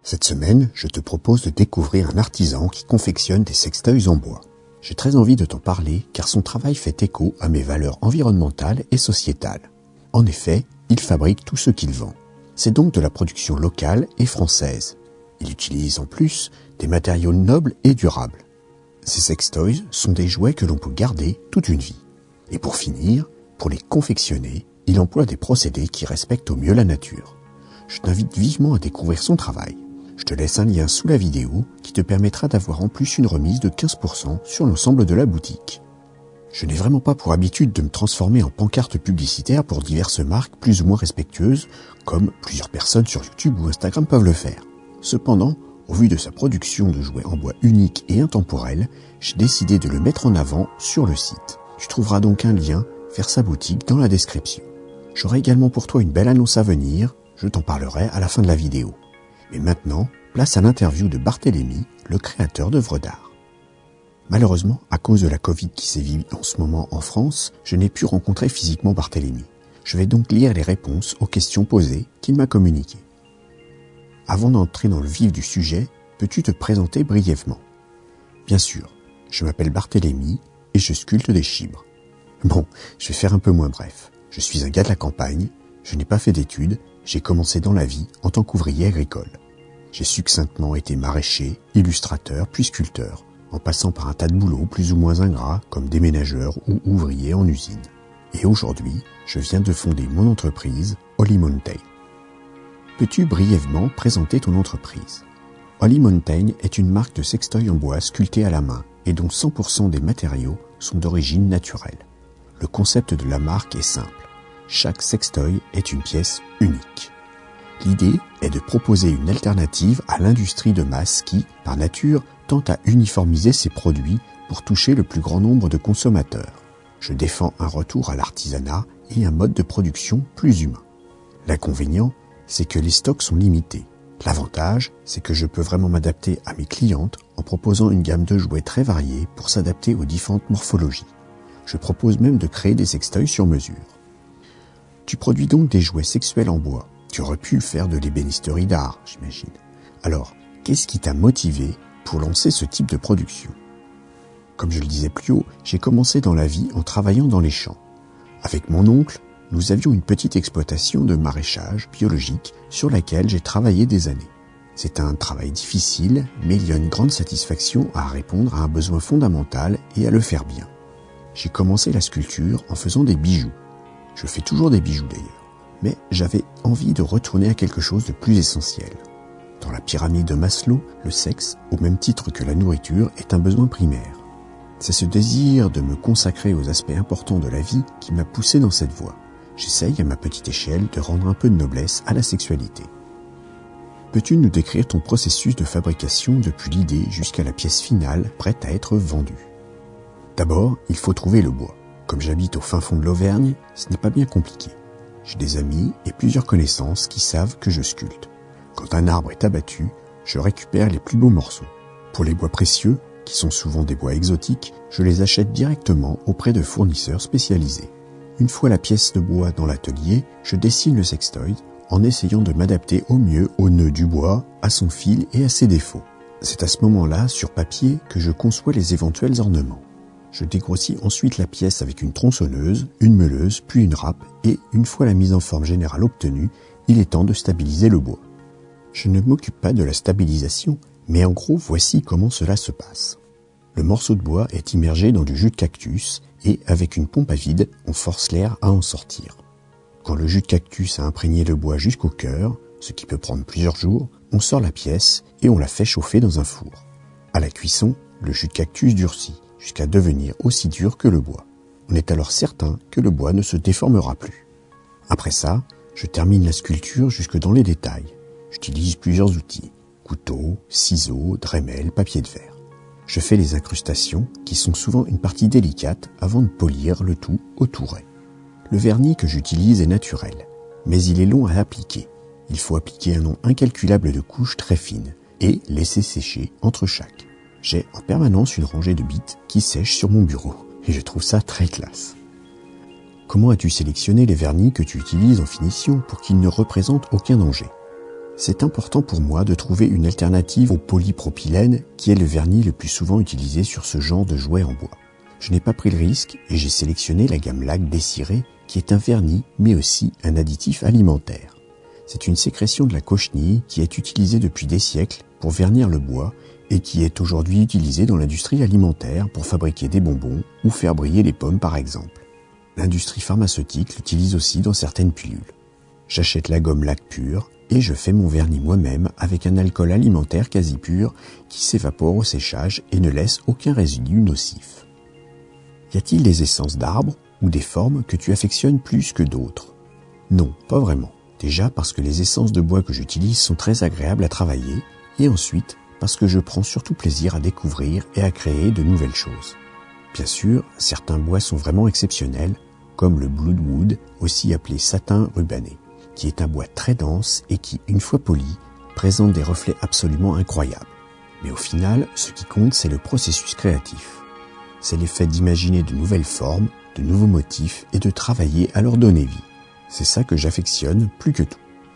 Cette semaine, je te propose de découvrir un artisan qui confectionne des sextoys en bois. J'ai très envie de t'en parler car son travail fait écho à mes valeurs environnementales et sociétales. En effet, il fabrique tout ce qu'il vend. C'est donc de la production locale et française. Il utilise en plus des matériaux nobles et durables. Ces sextoys sont des jouets que l'on peut garder toute une vie. Et pour finir, pour les confectionner, il emploie des procédés qui respectent au mieux la nature. Je t'invite vivement à découvrir son travail. Je te laisse un lien sous la vidéo qui te permettra d'avoir en plus une remise de 15% sur l'ensemble de la boutique. Je n'ai vraiment pas pour habitude de me transformer en pancarte publicitaire pour diverses marques plus ou moins respectueuses, comme plusieurs personnes sur YouTube ou Instagram peuvent le faire. Cependant, au vu de sa production de jouets en bois unique et intemporel, j'ai décidé de le mettre en avant sur le site. Tu trouveras donc un lien vers sa boutique dans la description. J'aurai également pour toi une belle annonce à venir, je t'en parlerai à la fin de la vidéo. Mais maintenant, place à l'interview de Barthélémy, le créateur d'œuvres d'art. Malheureusement, à cause de la Covid qui sévit en ce moment en France, je n'ai pu rencontrer physiquement Barthélémy. Je vais donc lire les réponses aux questions posées qu'il m'a communiquées. Avant d'entrer dans le vif du sujet, peux-tu te présenter brièvement? Bien sûr, je m'appelle Barthélémy et je sculpte des chibres. Bon, je vais faire un peu moins bref. Je suis un gars de la campagne, je n'ai pas fait d'études, j'ai commencé dans la vie en tant qu'ouvrier agricole. J'ai succinctement été maraîcher, illustrateur puis sculpteur, en passant par un tas de boulots plus ou moins ingrats comme déménageur ou ouvrier en usine. Et aujourd'hui, je viens de fonder mon entreprise, Holy Mountain. Peux-tu brièvement présenter ton entreprise? Holy Mountain est une marque de sextoy en bois sculpté à la main et dont 100% des matériaux sont d'origine naturelle. Le concept de la marque est simple. Chaque sextoy est une pièce unique. L'idée est de proposer une alternative à l'industrie de masse qui, par nature, tente à uniformiser ses produits pour toucher le plus grand nombre de consommateurs. Je défends un retour à l'artisanat et un mode de production plus humain. L'inconvénient, c'est que les stocks sont limités. L'avantage, c'est que je peux vraiment m'adapter à mes clientes en proposant une gamme de jouets très variée pour s'adapter aux différentes morphologies. Je propose même de créer des sextoys sur mesure. Tu produis donc des jouets sexuels en bois. Tu aurais pu faire de l'ébénisterie d'art, j'imagine. Alors, qu'est-ce qui t'a motivé pour lancer ce type de production? Comme je le disais plus haut, j'ai commencé dans la vie en travaillant dans les champs. Avec mon oncle, nous avions une petite exploitation de maraîchage biologique sur laquelle j'ai travaillé des années. C'est un travail difficile, mais il y a une grande satisfaction à répondre à un besoin fondamental et à le faire bien. J'ai commencé la sculpture en faisant des bijoux. Je fais toujours des bijoux d'ailleurs. Mais j'avais envie de retourner à quelque chose de plus essentiel. Dans la pyramide de Maslow, le sexe, au même titre que la nourriture, est un besoin primaire. C'est ce désir de me consacrer aux aspects importants de la vie qui m'a poussé dans cette voie. J'essaye à ma petite échelle de rendre un peu de noblesse à la sexualité. Peux-tu nous décrire ton processus de fabrication depuis l'idée jusqu'à la pièce finale prête à être vendue? D'abord, il faut trouver le bois. Comme j'habite au fin fond de l'Auvergne, ce n'est pas bien compliqué. J'ai des amis et plusieurs connaissances qui savent que je sculpte. Quand un arbre est abattu, je récupère les plus beaux morceaux. Pour les bois précieux, qui sont souvent des bois exotiques, je les achète directement auprès de fournisseurs spécialisés. Une fois la pièce de bois dans l'atelier, je dessine le sextoy en essayant de m'adapter au mieux au nœud du bois, à son fil et à ses défauts. C'est à ce moment-là, sur papier, que je conçois les éventuels ornements. Je dégrossis ensuite la pièce avec une tronçonneuse, une meuleuse, puis une râpe, et une fois la mise en forme générale obtenue, il est temps de stabiliser le bois. Je ne m'occupe pas de la stabilisation, mais en gros, voici comment cela se passe. Le morceau de bois est immergé dans du jus de cactus, et avec une pompe à vide, on force l'air à en sortir. Quand le jus de cactus a imprégné le bois jusqu'au cœur, ce qui peut prendre plusieurs jours, on sort la pièce et on la fait chauffer dans un four. À la cuisson, le jus de cactus durcit, jusqu'à devenir aussi dur que le bois. On est alors certain que le bois ne se déformera plus. Après ça, je termine la sculpture jusque dans les détails. J'utilise plusieurs outils, couteau, ciseaux, dremel, papier de verre. Je fais les incrustations, qui sont souvent une partie délicate, avant de polir le tout au touret. Le vernis que j'utilise est naturel, mais il est long à appliquer. Il faut appliquer un nombre incalculable de couches très fines, et laisser sécher entre chaque. J'ai en permanence une rangée de bites qui sèchent sur mon bureau, et je trouve ça très classe. Comment as-tu sélectionné les vernis que tu utilises en finition pour qu'ils ne représentent aucun danger? C'est important pour moi de trouver une alternative au polypropylène qui est le vernis le plus souvent utilisé sur ce genre de jouets en bois. Je n'ai pas pris le risque et j'ai sélectionné la gamme Lac Desiré qui est un vernis mais aussi un additif alimentaire. C'est une sécrétion de la cochenille qui est utilisée depuis des siècles pour vernir le bois et qui est aujourd'hui utilisée dans l'industrie alimentaire pour fabriquer des bonbons ou faire briller les pommes par exemple. L'industrie pharmaceutique l'utilise aussi dans certaines pilules. J'achète la gomme Lac pure et je fais mon vernis moi-même avec un alcool alimentaire quasi pur qui s'évapore au séchage et ne laisse aucun résidu nocif. Y a-t-il des essences d'arbres ou des formes que tu affectionnes plus que d'autres? Non, pas vraiment. Déjà parce que les essences de bois que j'utilise sont très agréables à travailler et ensuite parce que je prends surtout plaisir à découvrir et à créer de nouvelles choses. Bien sûr, certains bois sont vraiment exceptionnels comme le Bloodwood, aussi appelé satin rubané, qui est un bois très dense et qui, une fois poli, présente des reflets absolument incroyables. Mais au final, ce qui compte, c'est le processus créatif. C'est l'effet d'imaginer de nouvelles formes, de nouveaux motifs et de travailler à leur donner vie. C'est ça que j'affectionne plus que tout.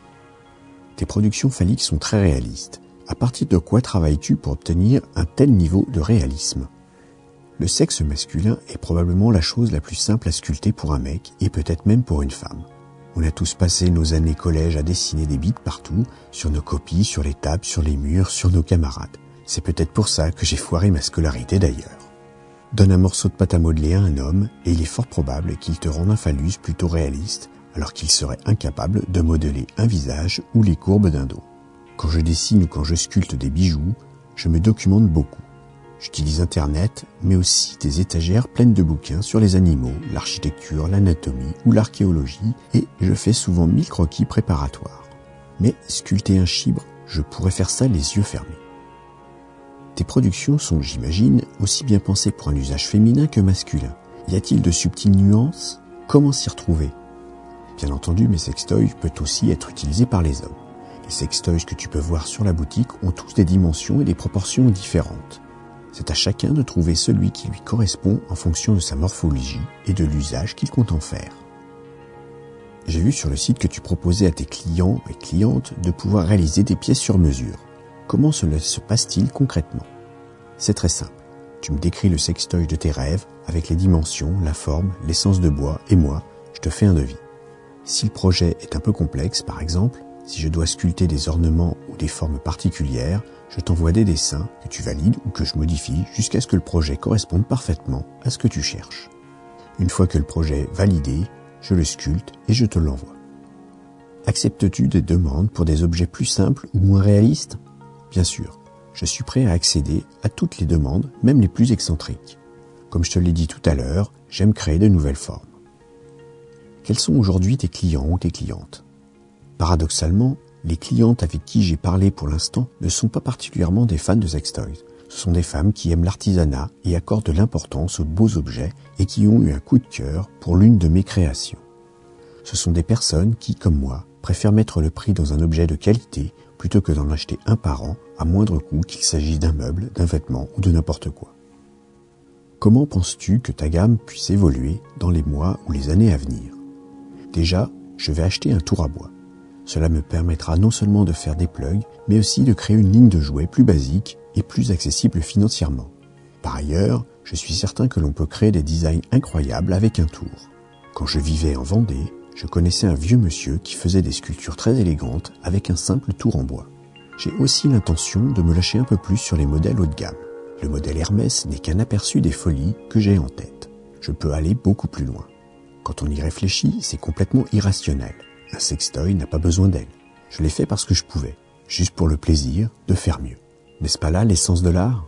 Tes productions phalliques sont très réalistes. À partir de quoi travailles-tu pour obtenir un tel niveau de réalisme? Le sexe masculin est probablement la chose la plus simple à sculpter pour un mec et peut-être même pour une femme. On a tous passé nos années collège à dessiner des bites partout, sur nos copies, sur les tables, sur les murs, sur nos camarades. C'est peut-être pour ça que j'ai foiré ma scolarité d'ailleurs. Donne un morceau de pâte à modeler à un homme et il est fort probable qu'il te rende un phallus plutôt réaliste, alors qu'il serait incapable de modeler un visage ou les courbes d'un dos. Quand je dessine ou quand je sculpte des bijoux, je me documente beaucoup. J'utilise Internet, mais aussi des étagères pleines de bouquins sur les animaux, l'architecture, l'anatomie ou l'archéologie, et je fais souvent 1000 croquis préparatoires. Mais sculpter un chibre, je pourrais faire ça les yeux fermés. Tes productions sont, j'imagine, aussi bien pensées pour un usage féminin que masculin. Y a-t-il de subtiles nuances? Comment s'y retrouver? Bien entendu, mes sextoys peuvent aussi être utilisés par les hommes. Les sextoys que tu peux voir sur la boutique ont tous des dimensions et des proportions différentes. C'est à chacun de trouver celui qui lui correspond en fonction de sa morphologie et de l'usage qu'il compte en faire. J'ai vu sur le site que tu proposais à tes clients et clientes de pouvoir réaliser des pièces sur mesure. Comment cela se passe-t-il concrètement? C'est très simple. Tu me décris le sextoy de tes rêves avec les dimensions, la forme, l'essence de bois et moi, je te fais un devis. Si le projet est un peu complexe, par exemple, si je dois sculpter des ornements ou des formes particulières, je t'envoie des dessins que tu valides ou que je modifie jusqu'à ce que le projet corresponde parfaitement à ce que tu cherches. Une fois que le projet est validé, je le sculpte et je te l'envoie. Acceptes-tu des demandes pour des objets plus simples ou moins réalistes? Bien sûr, je suis prêt à accéder à toutes les demandes, même les plus excentriques. Comme je te l'ai dit tout à l'heure, j'aime créer de nouvelles formes. Quels sont aujourd'hui tes clients ou tes clientes? Paradoxalement, les clientes avec qui j'ai parlé pour l'instant ne sont pas particulièrement des fans de sextoys. Ce sont des femmes qui aiment l'artisanat et accordent de l'importance aux beaux objets et qui ont eu un coup de cœur pour l'une de mes créations. Ce sont des personnes qui, comme moi, préfèrent mettre le prix dans un objet de qualité plutôt que d'en acheter un par an à moindre coût qu'il s'agisse d'un meuble, d'un vêtement ou de n'importe quoi. Comment penses-tu que ta gamme puisse évoluer dans les mois ou les années à venir? Déjà, je vais acheter un tour à bois. Cela me permettra non seulement de faire des plugs, mais aussi de créer une ligne de jouets plus basique et plus accessible financièrement. Par ailleurs, je suis certain que l'on peut créer des designs incroyables avec un tour. Quand je vivais en Vendée, je connaissais un vieux monsieur qui faisait des sculptures très élégantes avec un simple tour en bois. J'ai aussi l'intention de me lâcher un peu plus sur les modèles haut de gamme. Le modèle Hermès n'est qu'un aperçu des folies que j'ai en tête. Je peux aller beaucoup plus loin. Quand on y réfléchit, c'est complètement irrationnel. Un sextoy n'a pas besoin d'elle. Je l'ai fait parce que je pouvais, juste pour le plaisir de faire mieux. N'est-ce pas là l'essence de l'art?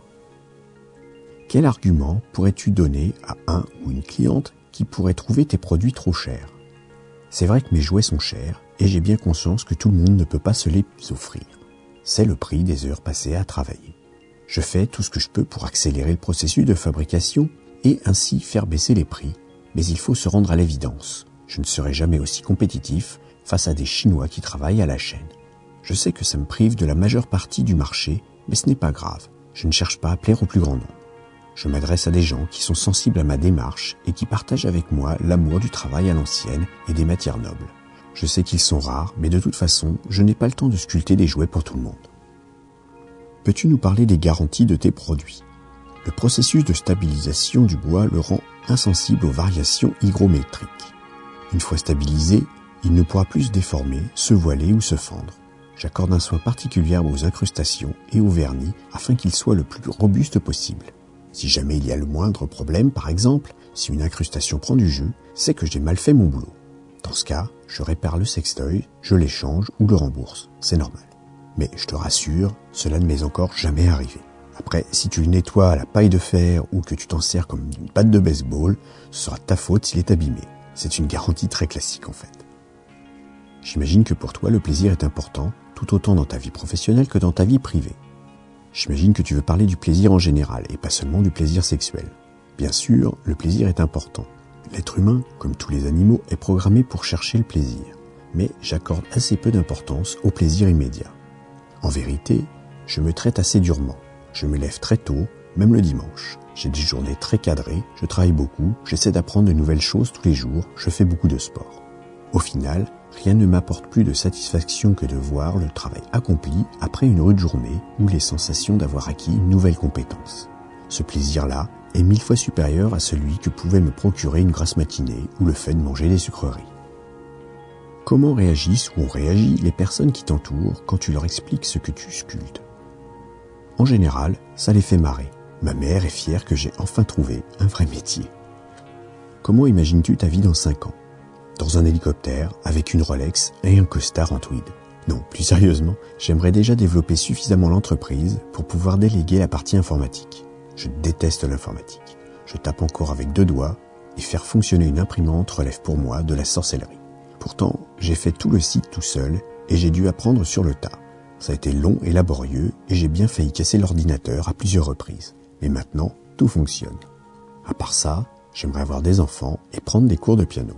Quel argument pourrais-tu donner à un ou une cliente qui pourrait trouver tes produits trop chers? C'est vrai que mes jouets sont chers et j'ai bien conscience que tout le monde ne peut pas se les offrir. C'est le prix des heures passées à travailler. Je fais tout ce que je peux pour accélérer le processus de fabrication et ainsi faire baisser les prix, mais il faut se rendre à l'évidence. Je ne serai jamais aussi compétitif face à des Chinois qui travaillent à la chaîne. Je sais que ça me prive de la majeure partie du marché, mais ce n'est pas grave. Je ne cherche pas à plaire au plus grand nombre. Je m'adresse à des gens qui sont sensibles à ma démarche et qui partagent avec moi l'amour du travail à l'ancienne et des matières nobles. Je sais qu'ils sont rares, mais de toute façon, je n'ai pas le temps de sculpter des jouets pour tout le monde. Peux-tu nous parler des garanties de tes produits? Le processus de stabilisation du bois le rend insensible aux variations hygrométriques. Une fois stabilisé, il ne pourra plus se déformer, se voiler ou se fendre. J'accorde un soin particulier aux incrustations et au vernis afin qu'ils soient le plus robustes possible. Si jamais il y a le moindre problème, par exemple, si une incrustation prend du jeu, c'est que j'ai mal fait mon boulot. Dans ce cas, je répare le sextoy, je l'échange ou le rembourse, c'est normal. Mais je te rassure, cela ne m'est encore jamais arrivé. Après, si tu le nettoies à la paille de fer ou que tu t'en sers comme une batte de baseball, ce sera ta faute s'il est abîmé. C'est une garantie très classique en fait. J'imagine que pour toi, le plaisir est important, tout autant dans ta vie professionnelle que dans ta vie privée. J'imagine que tu veux parler du plaisir en général et pas seulement du plaisir sexuel. Bien sûr, le plaisir est important. L'être humain, comme tous les animaux, est programmé pour chercher le plaisir. Mais j'accorde assez peu d'importance au plaisir immédiat. En vérité, je me traite assez durement. Je me lève très tôt, même le dimanche. J'ai des journées très cadrées, je travaille beaucoup, j'essaie d'apprendre de nouvelles choses tous les jours, je fais beaucoup de sport. Au final, rien ne m'apporte plus de satisfaction que de voir le travail accompli après une rude journée ou les sensations d'avoir acquis une nouvelle compétence. Ce plaisir-là est 1000 fois supérieur à celui que pouvait me procurer une grasse matinée ou le fait de manger des sucreries. Comment réagissent ou ont réagi les personnes qui t'entourent quand tu leur expliques ce que tu sculptes? En général, ça les fait marrer. Ma mère est fière que j'ai enfin trouvé un vrai métier. Comment imagines-tu ta vie dans 5 ans? Dans un hélicoptère, avec une Rolex et un costard en tweed. Non, plus sérieusement, j'aimerais déjà développer suffisamment l'entreprise pour pouvoir déléguer la partie informatique. Je déteste l'informatique. Je tape encore avec 2 doigts et faire fonctionner une imprimante relève pour moi de la sorcellerie. Pourtant, j'ai fait tout le site tout seul et j'ai dû apprendre sur le tas. Ça a été long et laborieux et j'ai bien failli casser l'ordinateur à plusieurs reprises. Mais maintenant, tout fonctionne. À part ça, j'aimerais avoir des enfants et prendre des cours de piano.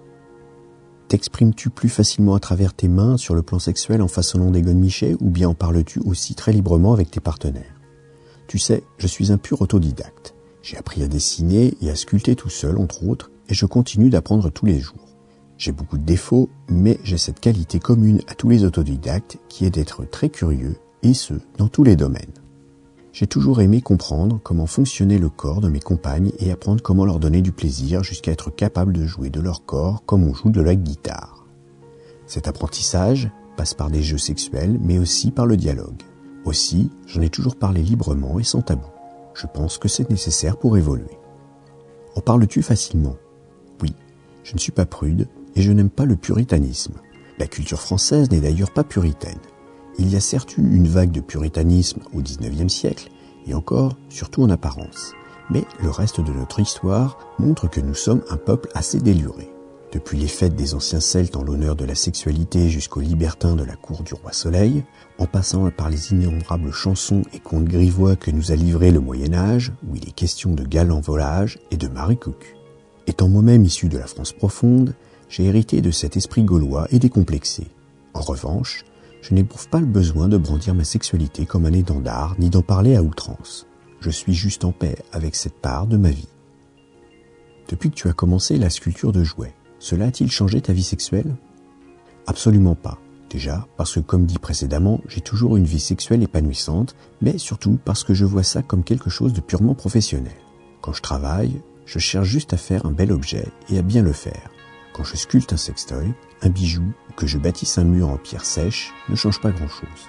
T'exprimes-tu plus facilement à travers tes mains sur le plan sexuel en façonnant des godemichés ou bien en parles-tu aussi très librement avec tes partenaires? Tu sais, je suis un pur autodidacte. J'ai appris à dessiner et à sculpter tout seul, entre autres, et je continue d'apprendre tous les jours. J'ai beaucoup de défauts, mais j'ai cette qualité commune à tous les autodidactes qui est d'être très curieux, et ce, dans tous les domaines. J'ai toujours aimé comprendre comment fonctionnait le corps de mes compagnes et apprendre comment leur donner du plaisir jusqu'à être capable de jouer de leur corps comme on joue de la guitare. Cet apprentissage passe par des jeux sexuels, mais aussi par le dialogue. Aussi, j'en ai toujours parlé librement et sans tabou. Je pense que c'est nécessaire pour évoluer. En parles-tu facilement? Oui, je ne suis pas prude et je n'aime pas le puritanisme. La culture française n'est d'ailleurs pas puritaine. Il y a certes eu une vague de puritanisme au XIXe siècle, et encore, surtout en apparence. Mais le reste de notre histoire montre que nous sommes un peuple assez déluré. Depuis les fêtes des anciens Celtes en l'honneur de la sexualité jusqu'aux libertins de la cour du roi Soleil, en passant par les innombrables chansons et contes grivois que nous a livrés le Moyen-Âge, où il est question de galants volages et de marées cocues. Étant moi-même issu de la France profonde, j'ai hérité de cet esprit gaulois et décomplexé. En revanche, je n'éprouve pas le besoin de brandir ma sexualité comme un étendard, ni d'en parler à outrance. Je suis juste en paix avec cette part de ma vie. Depuis que tu as commencé la sculpture de jouets, cela a-t-il changé ta vie sexuelle? Absolument pas. Déjà, parce que comme dit précédemment, j'ai toujours une vie sexuelle épanouissante, mais surtout parce que je vois ça comme quelque chose de purement professionnel. Quand je travaille, je cherche juste à faire un bel objet et à bien le faire. Quand je sculpte un sextoy, un bijou ou que je bâtisse un mur en pierre sèche ne change pas grand-chose.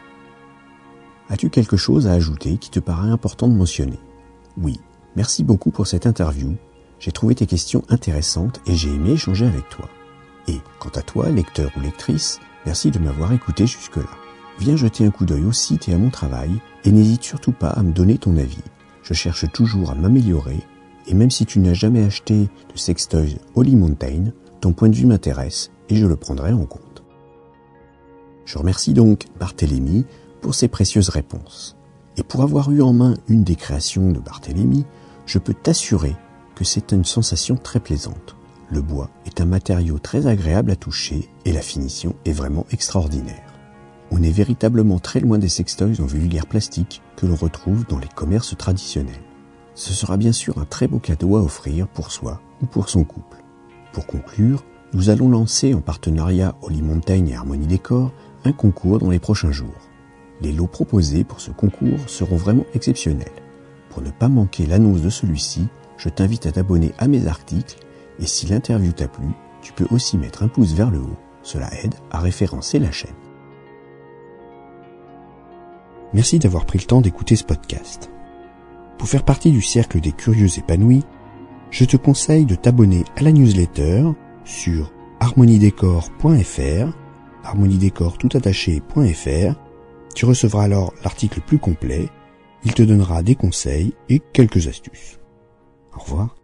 As-tu quelque chose à ajouter qui te paraît important de mentionner? Oui, merci beaucoup pour cette interview. J'ai trouvé tes questions intéressantes et j'ai aimé échanger avec toi. Et quant à toi, lecteur ou lectrice, merci de m'avoir écouté jusque-là. Viens jeter un coup d'œil au site et à mon travail et n'hésite surtout pas à me donner ton avis. Je cherche toujours à m'améliorer et même si tu n'as jamais acheté de sextoys Holy Mountain, ton point de vue m'intéresse et je le prendrai en compte. Je remercie donc Barthélémy pour ses précieuses réponses. Et pour avoir eu en main une des créations de Barthélémy, je peux t'assurer que c'est une sensation très plaisante. Le bois est un matériau très agréable à toucher et la finition est vraiment extraordinaire. On est véritablement très loin des sextoys en vulgaire plastique que l'on retrouve dans les commerces traditionnels. Ce sera bien sûr un très beau cadeau à offrir pour soi ou pour son couple. Pour conclure, Nous allons lancer en partenariat Holy Mountain et Harmonie Décor un concours dans les prochains jours. Les lots proposés pour ce concours seront vraiment exceptionnels. Pour ne pas manquer l'annonce de celui-ci, je t'invite à t'abonner à mes articles et si l'interview t'a plu, tu peux aussi mettre un pouce vers le haut. Cela aide à référencer la chaîne. Merci d'avoir pris le temps d'écouter ce podcast. Pour faire partie du cercle des curieux épanouis, je te conseille de t'abonner à la newsletter sur harmoniedécor.fr, harmoniedécor.fr. Tu recevras alors l'article plus complet. Il te donnera des conseils et quelques astuces. Au revoir.